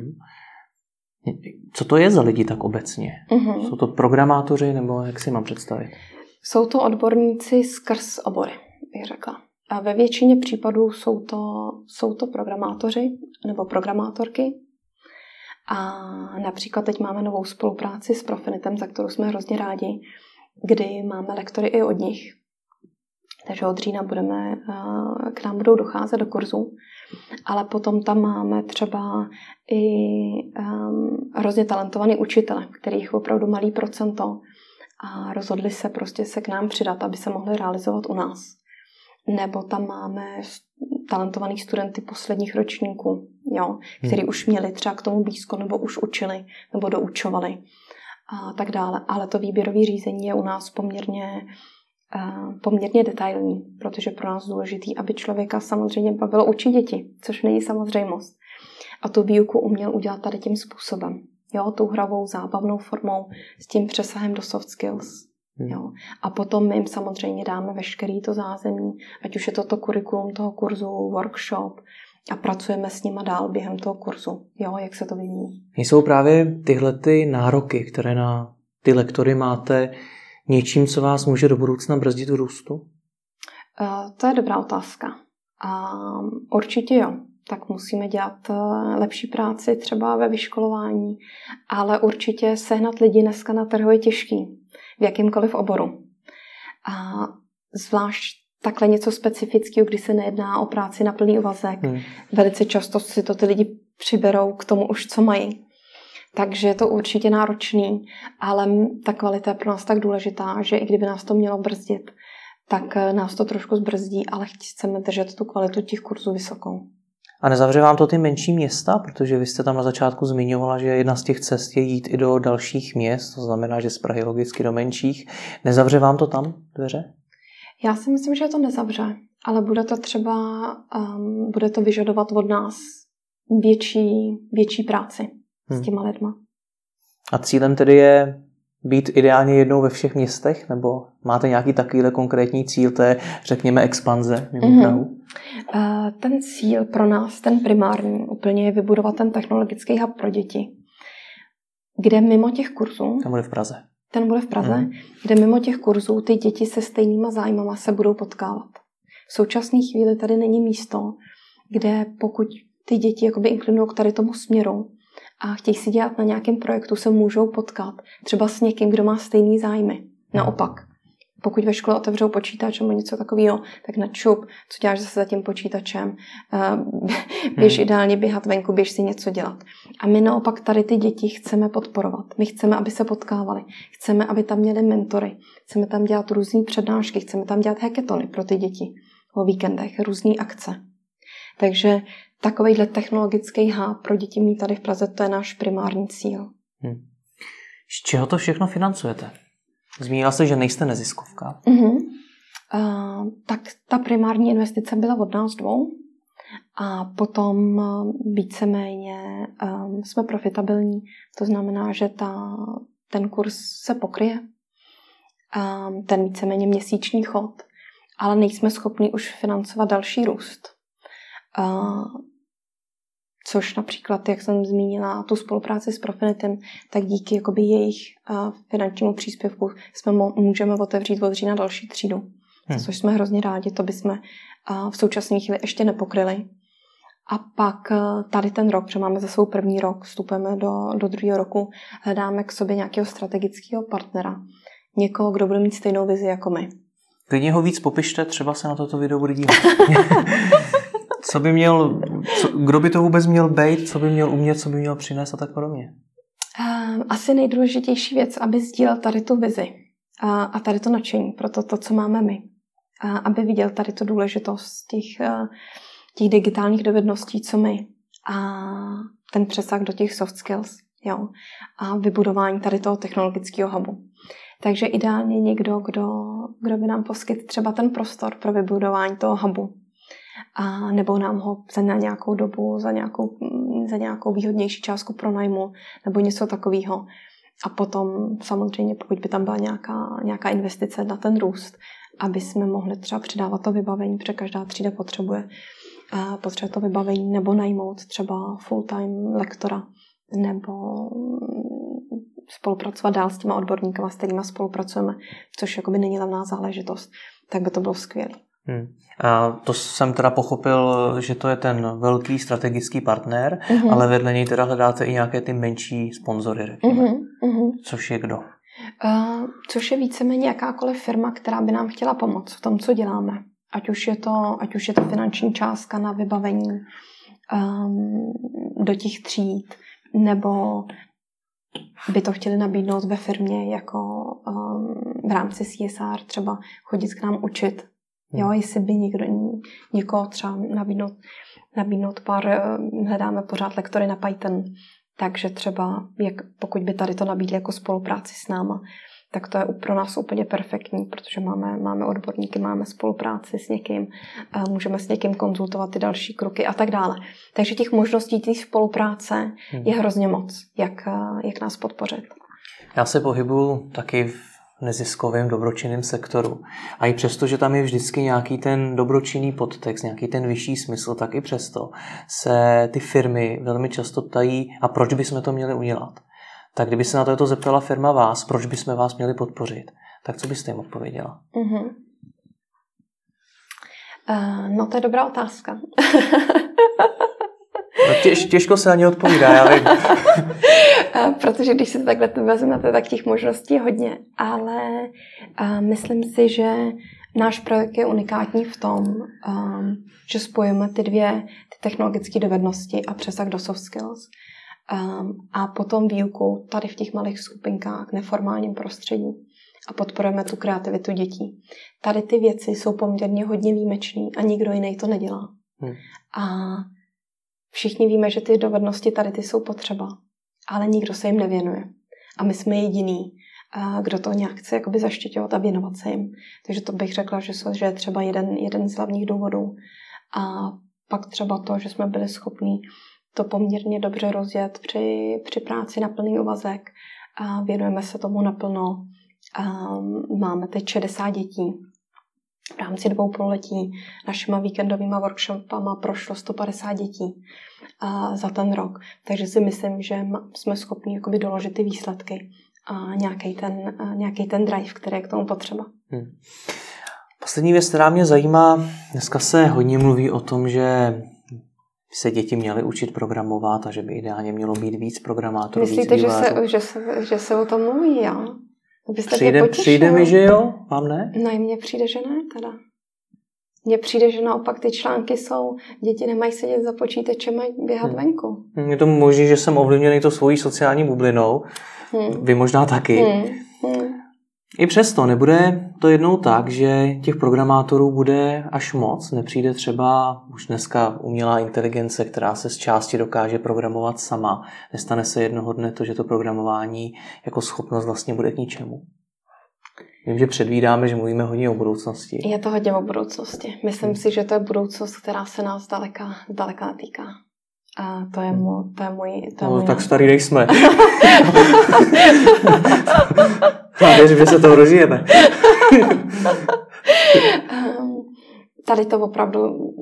Co to je za lidi tak obecně? Jsou to programátoři, nebo jak si mám představit? Jsou to odborníci skrz obory, bych řekla. A ve většině případů jsou to programátoři nebo programátorky. A například teď máme novou spolupráci s Profinitem, za kterou jsme hrozně rádi, kdy máme lektory i od nich. Takže od října k nám budou docházet do kurzu. Ale potom tam máme třeba i hrozně talentovaný učitele, kterých opravdu malý procento a rozhodli se prostě se k nám přidat, aby se mohli realizovat u nás. Nebo tam máme talentovaný studenty posledních ročníků, jo, který už měli třeba k tomu blízko, nebo už učili, nebo doučovali a tak dále. Ale to výběrové řízení je u nás poměrně detailní, protože pro nás důležitý, aby člověka samozřejmě bavilo učit děti, což není samozřejmost. A tu výuku uměl udělat tady tím způsobem. Jo, tou hravou, zábavnou formou, s tím přesahem do soft skills. Jo. A potom my jim samozřejmě dáme veškerý to zázemí, ať už je to kurikulum toho kurzu, workshop a pracujeme s nima dál během toho kurzu. Jo, jak se to vyvíjí. Jsou právě tyhle ty nároky, které na ty lektory máte, něčím, co vás může do budoucna brzdit v růstu? To je dobrá otázka. Určitě jo. Tak musíme dělat lepší práci třeba ve vyškolování, ale určitě sehnat lidi dneska na trhu je těžký, v jakýmkoliv oboru. A zvlášť takhle něco specifického, kdy se nejedná o práci na plný úvazek. Velice často si to ty lidi přiberou k tomu už, co mají. Takže je to určitě náročný, ale ta kvalita je pro nás tak důležitá, že i kdyby nás to mělo brzdit, tak nás to trošku zbrzdí, ale chceme držet tu kvalitu těch kurzů vysokou. A nezavře vám to ty menší města? Protože vy jste tam na začátku zmiňovala, že jedna z těch cest je jít i do dalších měst, to znamená, že z Prahy logicky do menších. Nezavře vám to tam dveře? Já si myslím, že to nezavře, ale bude to vyžadovat od nás větší práci s těma lidma. A cílem tedy je být ideálně jednou ve všech městech? Nebo máte nějaký takovýhle konkrétní cíl, to je, řekněme, expanze mimo Prahu? Ten cíl pro nás, ten primární, úplně je vybudovat ten technologický hub pro děti, kde mimo těch kurzů... Ten bude v Praze. Kde mimo těch kurzů ty děti se stejnýma zájmama se budou potkávat. V současné chvíli tady není místo, kde pokud ty děti jakoby inklinují k tady tomu směru a chtějí si dělat na nějakém projektu, se můžou potkat třeba s někým, kdo má stejný zájmy. Naopak, pokud ve škole otevřou počítač nebo něco takového, tak na čup, co děláš zase za tím počítačem, běž ideálně běhat venku, běž si něco dělat. A my naopak tady ty děti chceme podporovat. My chceme, aby se potkávali. Chceme, aby tam měli mentory. Chceme tam dělat různé přednášky. Chceme tam dělat hackathony pro ty děti o víkendech, různé akce. Takže takovejhle technologický hub pro děti mít tady v Praze, to je náš primární cíl. Z čeho to všechno financujete? Zmínila jste, že nejste neziskovka. Tak ta primární investice byla od nás dvou a potom víceméně jsme profitabilní. To znamená, že ten kurz se pokryje, ten víceméně měsíční chod, ale nejsme schopni už financovat další růst. Což například, jak jsem zmínila, tu spolupráci s Profinitem, tak díky jakoby jejich finančnímu příspěvku můžeme otevřít od října další třídu. Což jsme hrozně rádi, to bychom v současné chvíli ještě nepokryli. A pak tady ten rok, že máme za svou první rok, vstupujeme do druhého roku, hledáme k sobě nějakého strategického partnera. Někoho, kdo bude mít stejnou vizi jako my. Klidně ho víc popište, třeba se na toto video bude dívat. Kdo by to vůbec měl být, co by měl umět, co by měl přinést a tak podobně? Asi nejdůležitější věc, aby sdílel tady tu vizi a tady to nadšení pro to, co máme my. Aby viděl tady tu důležitost těch digitálních dovedností, co my. A ten přesah do těch soft skills. Jo? A vybudování tady toho technologického hubu. Takže ideálně někdo, kdo by nám poskytl třeba ten prostor pro vybudování toho hubu. A nebo nám ho na nějakou dobu, za nějakou výhodnější částku pronajmu, nebo něco takového. A potom samozřejmě, pokud by tam byla nějaká investice na ten růst, aby jsme mohli třeba přidávat to vybavení, protože každá třída potřebuje to vybavení, nebo najmout třeba full-time lektora, nebo spolupracovat dál s těma odborníkama, s kterýma spolupracujeme, což jakoby není levná záležitost, tak by to bylo skvělé. A to jsem teda pochopil, že to je ten velký strategický partner, ale vedle něj teda hledáte i nějaké ty menší sponzory, řekněme. Což je kdo? Což je víceméně jakákoliv firma, která by nám chtěla pomoct v tom, co děláme. Ať už je to finanční částka na vybavení do těch tříd, nebo by to chtěli nabídnout ve firmě jako v rámci CSR, třeba chodit k nám učit. Jo, jestli by někoho třeba nabídnout hledáme pořád lektory na Python, takže třeba pokud by tady to nabídli jako spolupráci s náma, tak to je pro nás úplně perfektní, protože máme odborníky, máme spolupráci s někým, můžeme s někým konzultovat ty další kroky a tak dále. Takže těch možností té spolupráce je hrozně moc, jak nás podpořit. Já se pohybuju taky v neziskovém dobročinném sektoru. A i přesto, že tam je vždycky nějaký ten dobročinný podtext, nějaký ten vyšší smysl, tak i přesto se ty firmy velmi často ptají, a proč bychom to měli udělat? Tak kdyby se na to zeptala firma vás, proč bychom vás měli podpořit, tak co byste jim odpověděla? No to je dobrá otázka. No, těžko se na ně odpovídá, já vím. Protože když si to takhle vezmete, tak těch možností je hodně. Ale myslím si, že náš projekt je unikátní v tom, že spojíme ty technologické dovednosti a přesah do soft skills. A potom výuku tady v těch malých skupinkách, neformálním prostředí. A podporujeme tu kreativitu dětí. Tady ty věci jsou poměrně hodně výjimečné a nikdo jiný to nedělá. A všichni víme, že ty dovednosti tady ty jsou potřeba, ale nikdo se jim nevěnuje. A my jsme jediný, kdo to nějak chce jakoby zaštiťovat a věnovat se jim. Takže to bych řekla, že je třeba jeden z hlavních důvodů. A pak třeba to, že jsme byli schopní to poměrně dobře rozjet při práci na plný úvazek. A věnujeme se tomu naplno. Máme teď 60 dětí. V rámci 2,5 letí našima víkendovýma workshopama prošlo 150 dětí za ten rok. Takže si myslím, že jsme schopni jakoby doložit ty výsledky a nějaký ten drive, který je k tomu potřeba. Poslední věc, která mě zajímá, dneska se hodně mluví o tom, že se děti měly učit programovat a že by ideálně mělo být víc programátorů. Myslíte, že se o tom mluví, jo? Přijde mi, že jo? Vám ne? No i mně přijde, že ne teda. Mně přijde, že naopak ty články jsou, děti nemají sedět za počítačem, mají běhat venku. Je to možné, že jsem ovlivněný to svojí sociální bublinou. Vy možná taky. I přesto nebude to jednou tak, že těch programátorů bude až moc. Nepřijde třeba už dneska umělá inteligence, která se z části dokáže programovat sama. Nestane se jednoho dne to, že to programování jako schopnost vlastně bude k ničemu. Vím, že předvídáme, že mluvíme hodně o budoucnosti. Je to hodně o budoucnosti. Myslím si, že to je budoucnost, která se nás daleka netýká. A to je můj... tak starý nejsme. Já věřím, že se toho dožijeme. Tady to opravdu,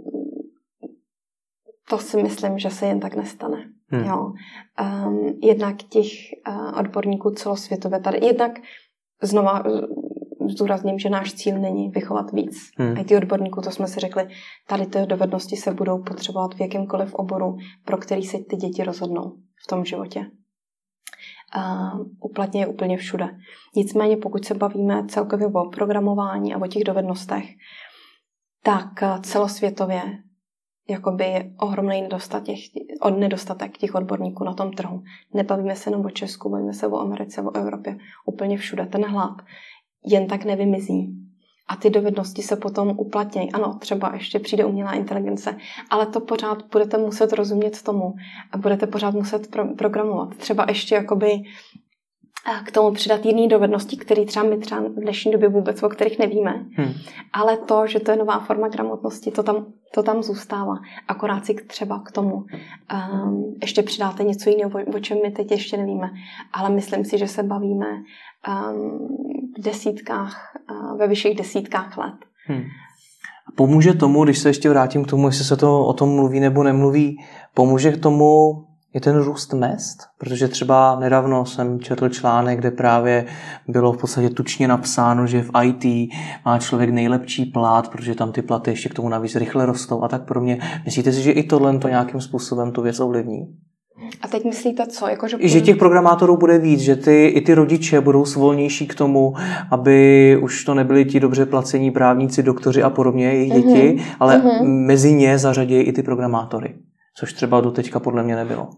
to si myslím, že se jen tak nestane. Jo. Jednak těch odborníků celosvětově tady, jednak znova zdůrazním, že náš cíl není vychovat víc. A ty odborníků, to jsme si řekli, tady ty dovednosti se budou potřebovat v jakýmkoliv oboru, pro který se ty děti rozhodnou v tom životě. uplatňuje úplně všude. Nicméně pokud se bavíme celkově o programování a o těch dovednostech, tak celosvětově jakoby ohromný nedostatek těch odborníků na tom trhu. Nebavíme se jenom o Česku, bavíme se o Americe, o Evropě, úplně všude. Ten hlad jen tak nevymizí. A ty dovednosti se potom uplatnějí. Ano, třeba ještě přijde umělá inteligence, ale to pořád budete muset rozumět tomu a budete pořád muset programovat. Třeba ještě jakoby k tomu přidat jiné dovednosti, které třeba my třeba v dnešní době vůbec, o kterých nevíme. Ale to, že to je nová forma gramotnosti, to tam zůstává. Akorát si třeba k tomu ještě přidáte něco jiného, o čem my teď ještě nevíme. Ale myslím si, že se bavíme v desítkách, ve vyšších desítkách let. Pomůže tomu, když se ještě vrátím k tomu, jestli se to o tom mluví nebo nemluví, pomůže k tomu je ten růst mezd? Protože třeba nedávno jsem četl článek, kde právě bylo v podstatě tučně napsáno, že v IT má člověk nejlepší plat, protože tam ty platy ještě k tomu navíc rychle rostou a tak podobně. Myslíte si, že i tohle to nějakým způsobem tu věc ovlivní? A teď myslíte co? Že těch programátorů bude víc, že i ty rodiče budou svolnější k tomu, aby už to nebyli ti dobře placení právníci, doktoři a podobně, jejich děti, ale mezi ně zařadí i ty programátory, což třeba do teďka podle mě nebylo.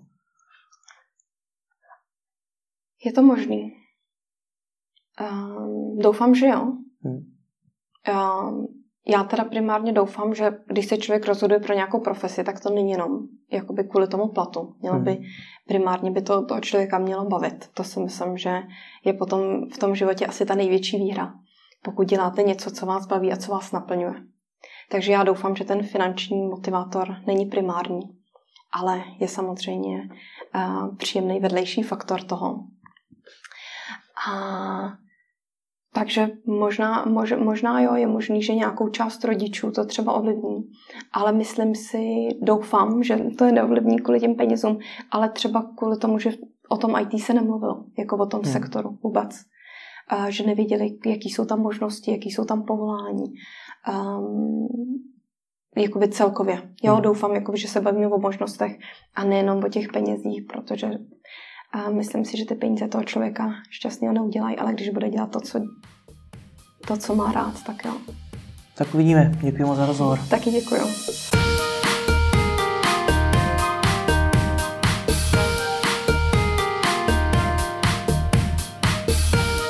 Je to možný. Doufám, že jo. Já teda primárně doufám, že když se člověk rozhoduje pro nějakou profesi, tak to není jenom jakoby kvůli tomu platu. Primárně by to toho člověka mělo bavit. To si myslím, že je potom v tom životě asi ta největší výhra. Pokud děláte něco, co vás baví a co vás naplňuje. Takže já doufám, že ten finanční motivátor není primární, ale je samozřejmě příjemný vedlejší faktor toho. Takže možná jo, je možný, že nějakou část rodičů to třeba ovlivní. Ale myslím si, doufám, že to je neovlivní kvůli těm penězům, ale třeba kvůli tomu, že o tom IT se nemluvilo, jako o tom sektoru vůbec. Že nevěděli, jaký jsou tam možnosti, jaký jsou tam povolání. Jakoby celkově. Jo, doufám, jakoby, že se bavíme o možnostech a nejenom o těch penězích, protože myslím si, že ty peníze toho člověka šťastného neudělají, ale když bude dělat to, co má rád, tak jo. Tak uvidíme. Děkuji moc za rozhovor. Taky děkuju.